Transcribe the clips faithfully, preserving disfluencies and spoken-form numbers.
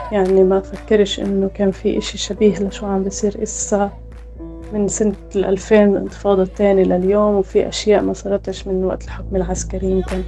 يعني ما فكرش إنه كان في إشي شبيه لشو عم بيصير إسا من سنة الألفين الانتفاضة الثانية لليوم، وفي أشياء ما صارتش من وقت الحكم العسكري يمكن.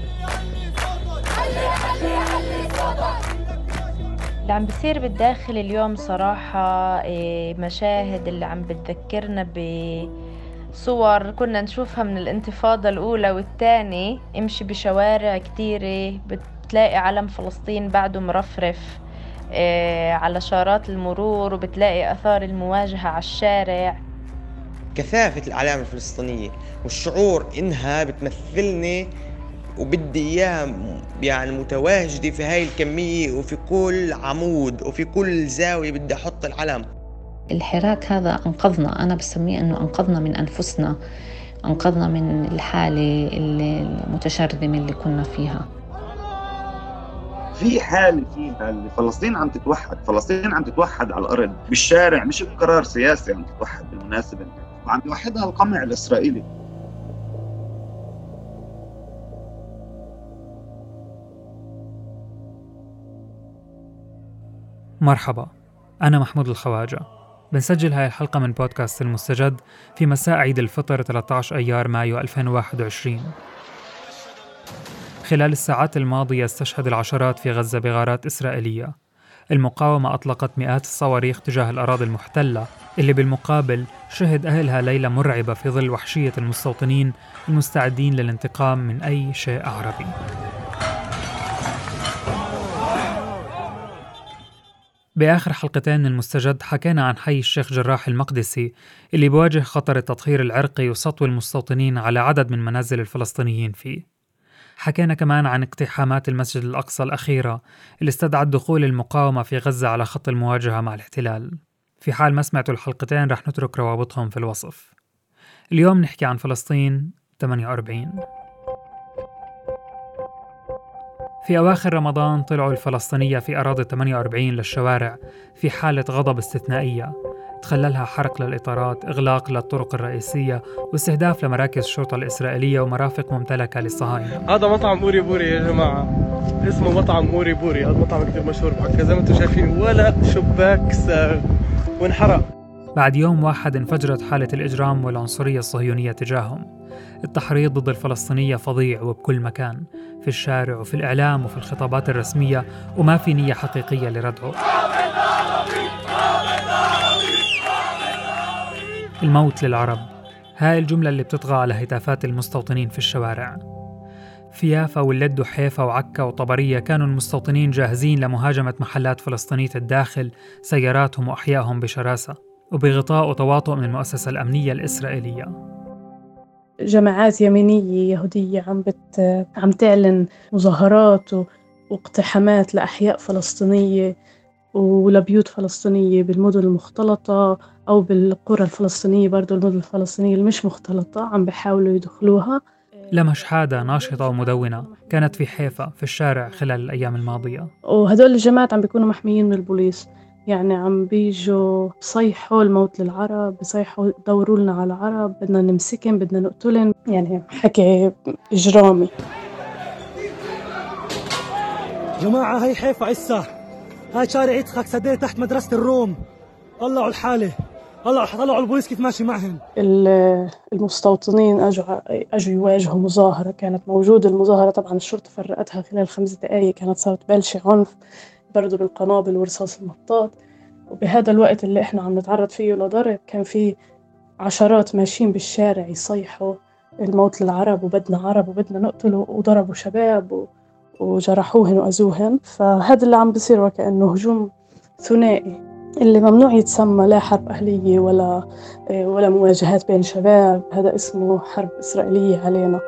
اللي عم بيصير بالداخل اليوم صراحة إيه، مشاهد اللي عم بتذكرنا بصور كنا نشوفها من الانتفاضة الأولى والثانية. امشي بشوارع كتيرة بتلاقي علم فلسطين بعده مرفرف إيه، على شارات المرور، وبتلاقي أثار المواجهة على الشارع. كثافة الأعلام الفلسطينية والشعور إنها بتمثلني وبدي إياها يعني متواجدة في هاي الكمية، وفي كل عمود وفي كل زاوية بدي أحط العلم. الحراك هذا أنقذنا، أنا بسميه أنه أنقذنا من أنفسنا، أنقذنا من الحالة المتشرذمة اللي كنا فيها. في حالة فيها اللي فلسطين عم تتوحد، فلسطين عم تتوحد على الأرض بالشارع، مش بقرار سياسي عم تتوحد بالمناسبة، وعم يوحدها القمع الإسرائيلي. مرحبا، أنا محمود الخواجة. بنسجل هاي الحلقة من بودكاست المستجد في مساء عيد الفطر ثلاثة عشر أيار مايو ألفين وواحد وعشرين. خلال الساعات الماضية استشهد العشرات في غزة بغارات إسرائيلية. المقاومة أطلقت مئات الصواريخ تجاه الأراضي المحتلة، اللي بالمقابل شهد أهلها ليلة مرعبة في ظل وحشية المستوطنين المستعدين للانتقام من أي شيء عربي. بآخر حلقتين من المستجد حكينا عن حي الشيخ جراح المقدسي اللي بواجه خطر التطهير العرقي وسطو المستوطنين على عدد من منازل الفلسطينيين فيه. حكينا كمان عن اقتحامات المسجد الأقصى الأخيرة اللي استدعت دخول المقاومة في غزة على خط المواجهة مع الاحتلال. في حال ما سمعتوا الحلقتين رح نترك روابطهم في الوصف. اليوم نحكي عن فلسطين ثمانية وأربعين. في أواخر رمضان طلعوا الفلسطينية في أراضي ثمانية وأربعين للشوارع في حالة غضب استثنائية تخللها حرق للإطارات، إغلاق للطرق الرئيسية، واستهداف لمراكز الشرطة الإسرائيلية ومرافق ممتلكة للصهاينة. هذا مطعم أوري بوري يا جماعة، اسمه مطعم أوري بوري، هذا مطعم كتير مشهور بحكا زي ما انتم شايفين، ولا شباك ساغ وانحرق. بعد يوم واحد انفجرت حالة الإجرام والعنصرية الصهيونية تجاههم. التحريض ضد الفلسطينية فظيع وبكل مكان، في الشارع وفي الإعلام وفي الخطابات الرسمية، وما في نية حقيقية لردعه. الموت للعرب، هاي الجملة اللي بتطغى على هتافات المستوطنين في الشوارع. في يافا واللد وحيفا وعكا وطبرية كانوا المستوطنين جاهزين لمهاجمة محلات فلسطينية الداخل، سياراتهم وأحيائهم بشراسة وبغطاء وتواطؤ من المؤسسة الأمنية الإسرائيلية. جماعات يمينية يهودية عم بت عم تعلن مظاهرات واقتحامات لأحياء فلسطينية ولبيوت فلسطينية بالمدن المختلطة أو بالقرى الفلسطينية، برضو المدن الفلسطينية اللي مش مختلطة عم بيحاولوا يدخلوها. لما شحادة ناشطة ومدونة كانت في حيفا في الشارع خلال الأيام الماضية، وهدول الجماعات عم بيكونوا محميين من البوليس، يعني عم بيجوا بصيحوا الموت للعرب، بصيحوا دوروا لنا على العرب، بدنا نمسكن، بدنا نقتلن، يعني حكي إجرامي. جماعة هاي حيفا عسا، هاي شارع يدخك سديه تحت مدرسة الروم، طلعوا الحالة، طلعوا طلعوا البوليس كيف ماشي معهم. المستوطنين أجوا أجوا يواجهوا مظاهرة كانت موجودة. المظاهرة طبعا الشرطة فرقتها خلال خمس دقائق، كانت صارت بلشة عنف برضو بالقنابل ورصاص المطاط. وبهذا الوقت اللي احنا عم نتعرض فيه لضرب كان في عشرات ماشيين بالشارع يصيحوا الموت للعرب وبدنا عرب وبدنا نقتله، وضربوا شباب وجرحوهن وأذوهن. فهذا اللي عم بيصير وكأنه هجوم ثنائي اللي ممنوع يتسمى لا حرب أهلية ولا ولا مواجهات بين شباب، هذا اسمه حرب إسرائيلية علينا.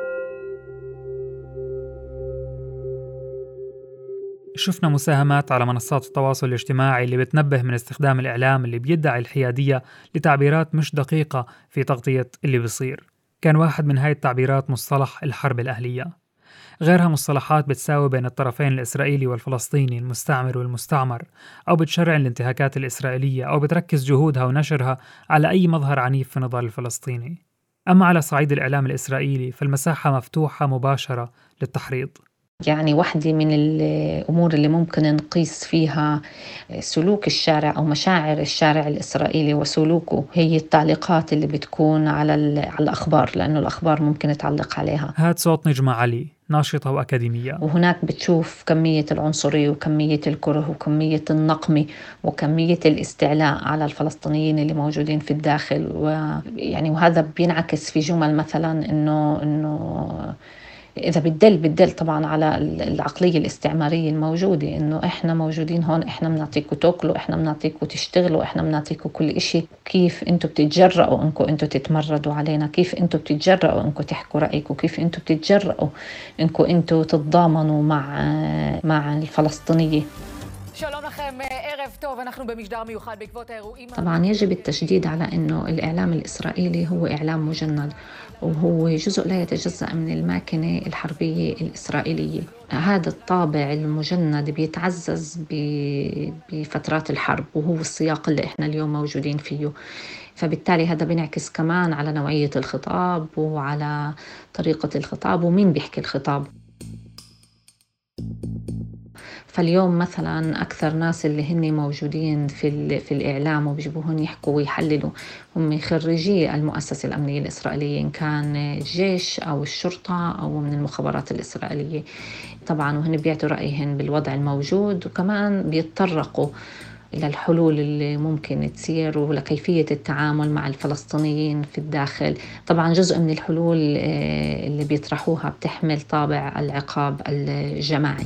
شفنا مساهمات على منصات التواصل الاجتماعي اللي بتنبه من استخدام الإعلام اللي بيدعي الحيادية لتعبيرات مش دقيقة في تغطية اللي بيصير. كان واحد من هاي التعبيرات مصطلح الحرب الأهلية. غيرها مصطلحات بتساوي بين الطرفين الإسرائيلي والفلسطيني، المستعمر والمستعمر، أو بتشرع الانتهاكات الإسرائيلية، أو بتركز جهودها ونشرها على أي مظهر عنيف في النضال الفلسطيني. أما على صعيد الإعلام الإسرائيلي فالمساحة مفتوحة مباشرة للتحريض. يعني واحدة من الأمور اللي ممكن نقيس فيها سلوك الشارع أو مشاعر الشارع الإسرائيلي وسلوكه هي التعليقات اللي بتكون على, على الأخبار، لأنه الأخبار ممكن تعلق عليها. هاد صوت نجمة علي، ناشطة وأكاديمية. وهناك بتشوف كمية العنصرية وكمية الكره وكمية النقمة وكمية الاستعلاء على الفلسطينيين اللي موجودين في الداخل، ويعني وهذا بينعكس في جمل مثلا إنه إنه إذا بتدل بتدل طبعا على العقلية الاستعمارية الموجودة، إنه إحنا موجودين هون، إحنا بنعطيكم تاكلوا، إحنا بنعطيكم تشتغلوا، إحنا بنعطيكم كل إشي، كيف أنتوا بتتجرأوا إنكم أنتوا تتمردوا علينا، كيف أنتوا بتتجرأوا إنكم تحكوا رأيكم، كيف أنتوا بتتجرأوا إنكم أنتوا تتضامنوا مع مع الفلسطينية. طبعا يجب التشديد على أنه الإعلام الإسرائيلي هو إعلام مجند، وهو جزء لا يتجزأ من الماكينة الحربية الإسرائيلية. هذا الطابع المجند بيتعزز بفترات الحرب، وهو السياق اللي إحنا اليوم موجودين فيه، فبالتالي هذا بينعكس كمان على نوعية الخطاب وعلى طريقة الخطاب ومين بيحكي الخطاب. فاليوم مثلا أكثر ناس اللي هن موجودين في في الإعلام وبيجيبوهن يحكوا ويحللوا هم خريجي المؤسسة الأمنية الإسرائيلية، إن كان الجيش أو الشرطة أو من المخابرات الإسرائيلية طبعا، وهن بيعطوا رأيهن بالوضع الموجود، وكمان بيتطرقوا إلى الحلول اللي ممكن تصير ولكيفية التعامل مع الفلسطينيين في الداخل. طبعا جزء من الحلول اللي بيطرحوها بتحمل طابع العقاب الجماعي.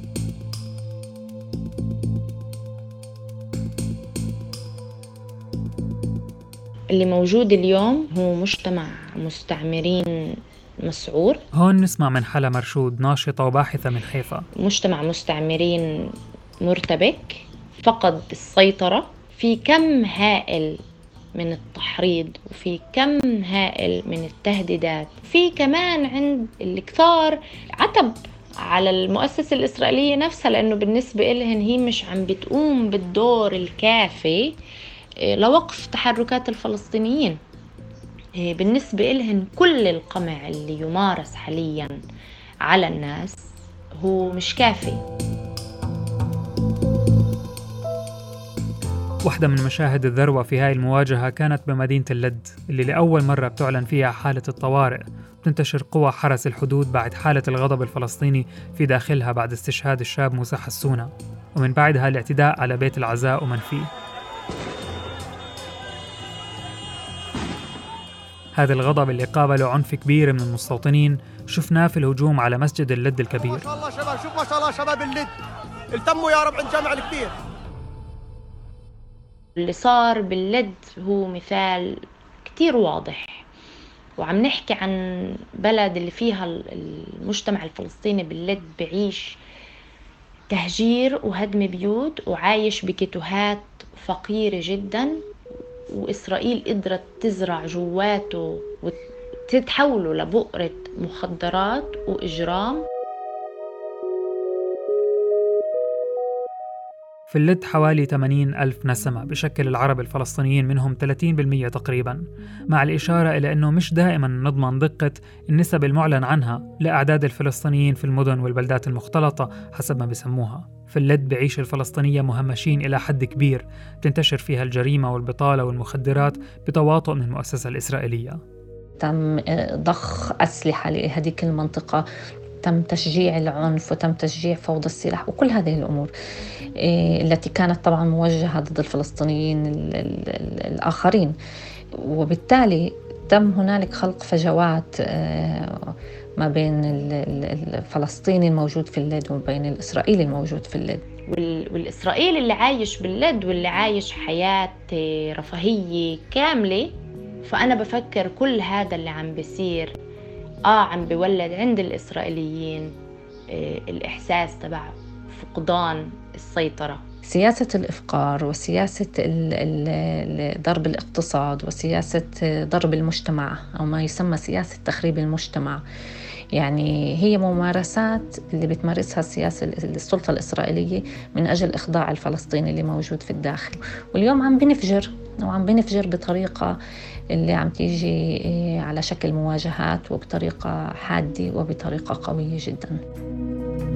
اللي موجود اليوم هو مجتمع مستعمرين مسعور. هون نسمع من حلا مرشود، ناشطة وباحثة من حيفا. مجتمع مستعمرين مرتبك، فقد السيطرة، في كم هائل من التحريض وفي كم هائل من التهديدات، في كمان عند الكثار عتب على المؤسسة الإسرائيلية نفسها، لأنه بالنسبة إلهن هي مش عم بتقوم بالدور الكافي لوقف تحركات الفلسطينيين. بالنسبة إلهن كل القمع اللي يمارس حاليا على الناس هو مش كافي. واحدة من مشاهد الذروة في هاي المواجهة كانت بمدينة اللد، اللي لأول مرة بتعلن فيها حالة الطوارئ. بتنتشر قوى حرس الحدود بعد حالة الغضب الفلسطيني في داخلها بعد استشهاد الشاب موسى حسونة، ومن بعدها الاعتداء على بيت العزاء ومن فيه. هذا الغضب اللي قابله عنف كبير من المستوطنين شفناه في الهجوم على مسجد اللد الكبير. ما شاء الله شباب، شوف ما شاء الله شباب اللد التموا يا رب عند جامع الكبير. اللي صار باللد هو مثال كتير واضح، وعم نحكي عن بلد اللي فيها المجتمع الفلسطيني باللد بعيش تهجير وهدم بيوت وعايش بكتوهات فقيرة جدا، وإسرائيل قدرت تزرع جواته وتتحوله لبؤرة مخدرات وإجرام. في اللد حوالي ثمانين ألف نسمة بشكل العرب الفلسطينيين، منهم ثلاثين بالمئة تقريباً، مع الإشارة إلى أنه مش دائماً نضمن دقة النسب المعلن عنها لأعداد الفلسطينيين في المدن والبلدات المختلطة حسب ما بيسموها. في اللد بعيش الفلسطينية مهمشين إلى حد كبير، تنتشر فيها الجريمة والبطالة والمخدرات بتواطؤ من المؤسسة الإسرائيلية. تم ضخ أسلحة لهذيك المنطقة، تم تشجيع العنف وتم تشجيع فوضى السلاح وكل هذه الأمور التي كانت طبعا موجهة ضد الفلسطينيين الآخرين، وبالتالي تم هنالك خلق فجوات ما بين الفلسطيني الموجود في اللد وبين الإسرائيلي الموجود في اللد. والإسرائيلي اللي عايش باللد واللي عايش حياة رفاهية كاملة. فأنا بفكر كل هذا اللي عم بيصير آه عم بيولد عند الإسرائيليين آه الإحساس تبع فقدان السيطرة. سياسة الإفقار وسياسة ضرب الاقتصاد وسياسة ضرب المجتمع أو ما يسمى سياسة تخريب المجتمع، يعني هي ممارسات اللي بتمارسها السياسة السلطة الإسرائيلية من أجل إخضاع الفلسطيني اللي موجود في الداخل. واليوم عم بنفجر وعم بنفجر بطريقة اللي عم تيجي على شكل مواجهات وبطريقة حادة وبطريقة قوية جداً.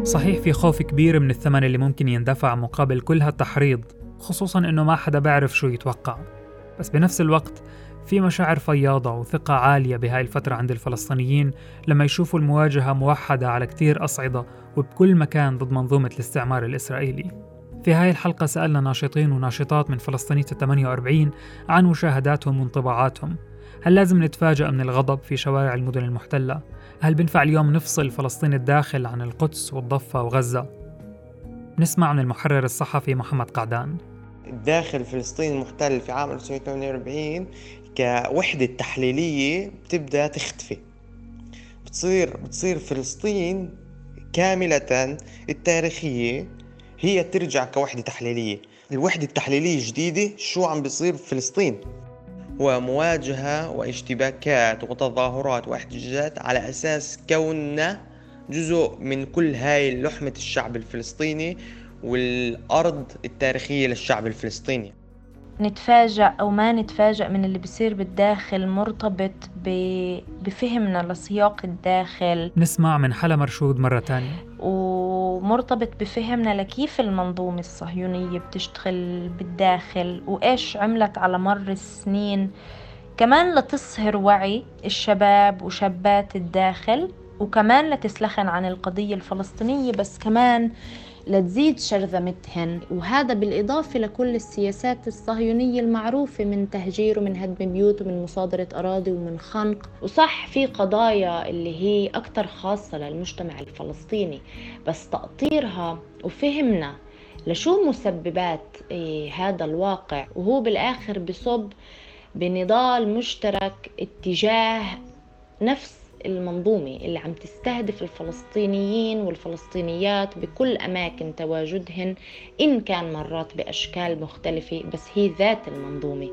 صحيح في خوف كبير من الثمن اللي ممكن يندفع مقابل كل هالتحريض، خصوصاً إنه ما حدا بيعرف شو يتوقع، بس بنفس الوقت في مشاعر فياضة وثقة عالية بهاي الفترة عند الفلسطينيين لما يشوفوا المواجهة موحدة على كتير أصعدة وبكل مكان ضد منظومة الاستعمار الإسرائيلي. في هاي الحلقة سألنا ناشطين وناشطات من فلسطينية الثمانية وأربعين عن مشاهداتهم وانطباعاتهم. هل لازم نتفاجأ من الغضب في شوارع المدن المحتلة؟ هل بنفع اليوم نفصل فلسطين الداخل عن القدس والضفة وغزة؟ نسمع من المحرر الصحفي محمد قعدان. الداخل فلسطين المحتل في عام ألف وتسعمية وثمانية وأربعين كوحدة تحليلية بتبدأ تختفي، بتصير بتصير فلسطين كاملة التاريخية هي ترجع كوحدة تحليلية. الوحدة التحليلية الجديدة شو عم بيصير في فلسطين؟ ومواجهة واشتباكات وتظاهرات واحتجاجات على أساس كوننا جزء من كل هاي لحمة الشعب الفلسطيني والأرض التاريخية للشعب الفلسطيني. نتفاجأ أو ما نتفاجأ من اللي بيصير بالداخل مرتبط بفهمنا لسياق الداخل. نسمع من حلا مرشود مرة تانية. ومرتبط بفهمنا لكيف المنظومة الصهيونية بتشتغل بالداخل وإيش عملت على مر السنين، كمان لتصهر وعي الشباب وشابات الداخل، وكمان لتسلخن عن القضية الفلسطينية، بس كمان لتزيد شرذمتهن. وهذا بالإضافة لكل السياسات الصهيونية المعروفة من تهجير ومن هدم بيوت ومن مصادرة أراضي ومن خنق. وصح في قضايا اللي هي أكتر خاصة للمجتمع الفلسطيني، بس تأطيرها وفهمنا لشو مسببات إيه هذا الواقع، وهو بالآخر بصب بنضال مشترك اتجاه نفس المنظومة اللي عم تستهدف الفلسطينيين والفلسطينيات بكل أماكن تواجدهن، إن كان مرات بأشكال مختلفة، بس هي ذات المنظومة.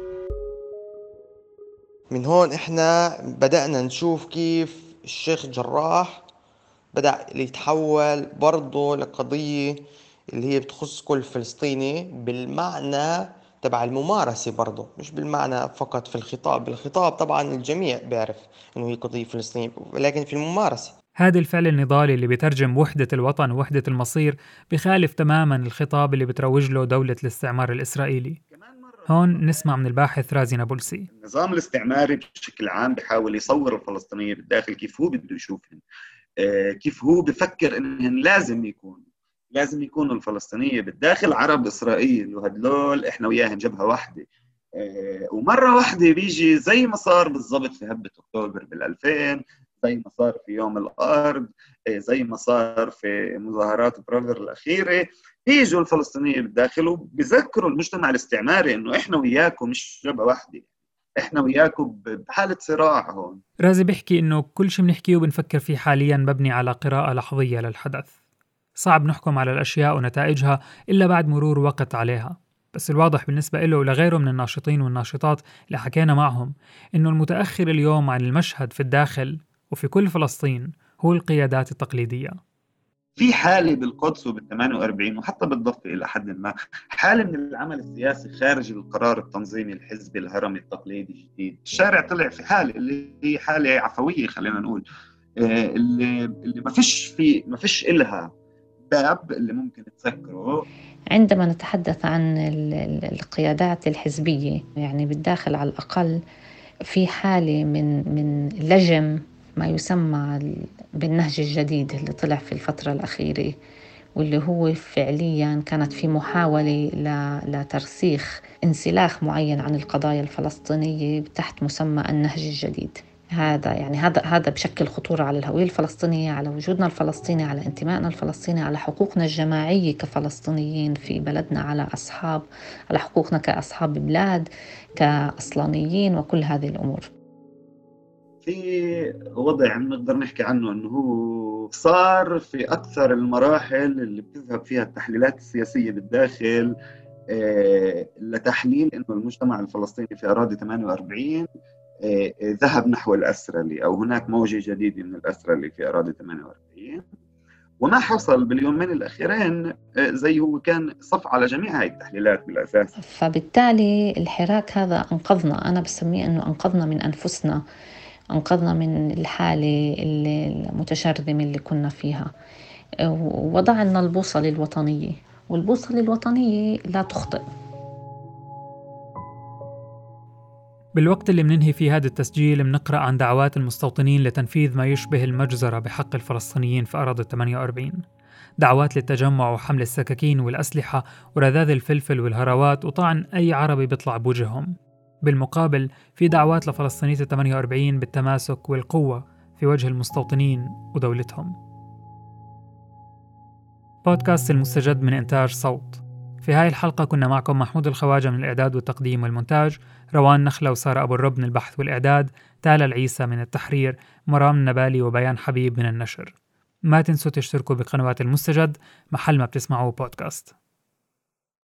من هون إحنا بدأنا نشوف كيف الشيخ جراح بدأ يتحول برضو لقضية اللي هي بتخص كل فلسطيني بالمعنى تبع الممارسة، برضو مش بالمعنى فقط في الخطاب. بالخطاب طبعا الجميع بيعرف إنه هي قضية فلسطينية، لكن في الممارسة هذا الفعل النضالي اللي بيترجم وحدة الوطن ووحدة المصير بخالف تماما الخطاب اللي بتروج له دولة الاستعمار الإسرائيلي. هون نسمع من الباحث رازي نابلسي. النظام الاستعماري بشكل عام بيحاول يصور الفلسطينيين بالداخل كيف هو بده يشوفهم، كيف هو بفكر إنهم لازم يكون لازم يكونوا الفلسطينية بالداخل عرب إسرائيل، وهدول إحنا وياهم جبهة واحدة. ومرة واحدة بيجي زي ما صار بالضبط في هبة أكتوبر بالألفين، زي ما صار في يوم الأرض، زي ما صار في مظاهرات برادر الأخيرة، بيجوا الفلسطينية بالداخل وبيذكروا المجتمع الاستعماري إنه إحنا وياكم مش جبهة واحدة، إحنا وياكم بحالة صراع. هون رازي بيحكي إنه كل شيء بنحكيه وبنفكر فيه حالياً مبني على قراءة لحظية للحدث. صعب نحكم على الأشياء ونتائجها إلا بعد مرور وقت عليها، بس الواضح بالنسبة له ولغيره من الناشطين والناشطات اللي حكينا معهم إنه المتأخر اليوم عن المشهد في الداخل وفي كل فلسطين هو القيادات التقليدية. في حالة بالقدس وبالثمانية وأربعين وحتى بالضفة إلى حد ما حالة من العمل السياسي خارج القرار التنظيمي الحزبي الهرمي التقليدي الجديد. الشارع طلع في حالة اللي هي حالة عفوية، خلينا نقول اللي اللي ما فيش في ما فيش إلها باب اللي ممكن تسكره. عندما نتحدث عن القيادات الحزبية يعني بالداخل على الأقل في حالة من من لجم ما يسمى بالنهج الجديد اللي طلع في الفترة الأخيرة، واللي هو فعليا كانت في محاولة لترسيخ انسلاخ معين عن القضايا الفلسطينية تحت مسمى النهج الجديد. هذا يعني هذا هذا بشكل خطورة على الهوية الفلسطينية، على وجودنا الفلسطيني، على انتمائنا الفلسطيني، على حقوقنا الجماعية كفلسطينيين في بلدنا، على أصحاب على حقوقنا كأصحاب بلاد كأصلانيين وكل هذه الأمور. في وضع نقدر نحكي عنه أنه هو صار في أكثر المراحل اللي بتذهب فيها التحليلات السياسية بالداخل لتحليل أنه المجتمع الفلسطيني في أراضي ثمانية وأربعين ذهب نحو الأسرلي، أو هناك موجة جديدة من الأسرلي في أراضي ثمانية وأربعين. وما حصل باليومين الأخيرين زي هو كان صف على جميع هاي التحليلات بالأساس. فبالتالي الحراك هذا أنقذنا، أنا بسميه أنه أنقذنا من أنفسنا، أنقذنا من الحالة المتشرذمة اللي كنا فيها. ووضع لنا البوصلة الوطنية، والبوصلة الوطنية لا تخطئ. بالوقت اللي مننهي فيه هذا التسجيل منقرأ عن دعوات المستوطنين لتنفيذ ما يشبه المجزرة بحق الفلسطينيين في أراضي الثمانية وأربعين، دعوات للتجمع وحمل السكاكين والأسلحة ورذاذ الفلفل والهروات وطعن أي عربي بيطلع بوجههم. بالمقابل في دعوات لفلسطينية الثمانية وأربعين بالتماسك والقوة في وجه المستوطنين ودولتهم. بودكاست المستجد من إنتاج صوت. في هاي الحلقة كنا معكم محمود الخواجة من الإعداد والتقديم والمونتاج، روان نخلة وسارة أبو الرب من البحث والإعداد، تالا العيسى من التحرير، مرام النبالي وبيان حبيب من النشر. ما تنسوا تشتركوا بقنوات المستجد محل ما بتسمعوا بودكاست.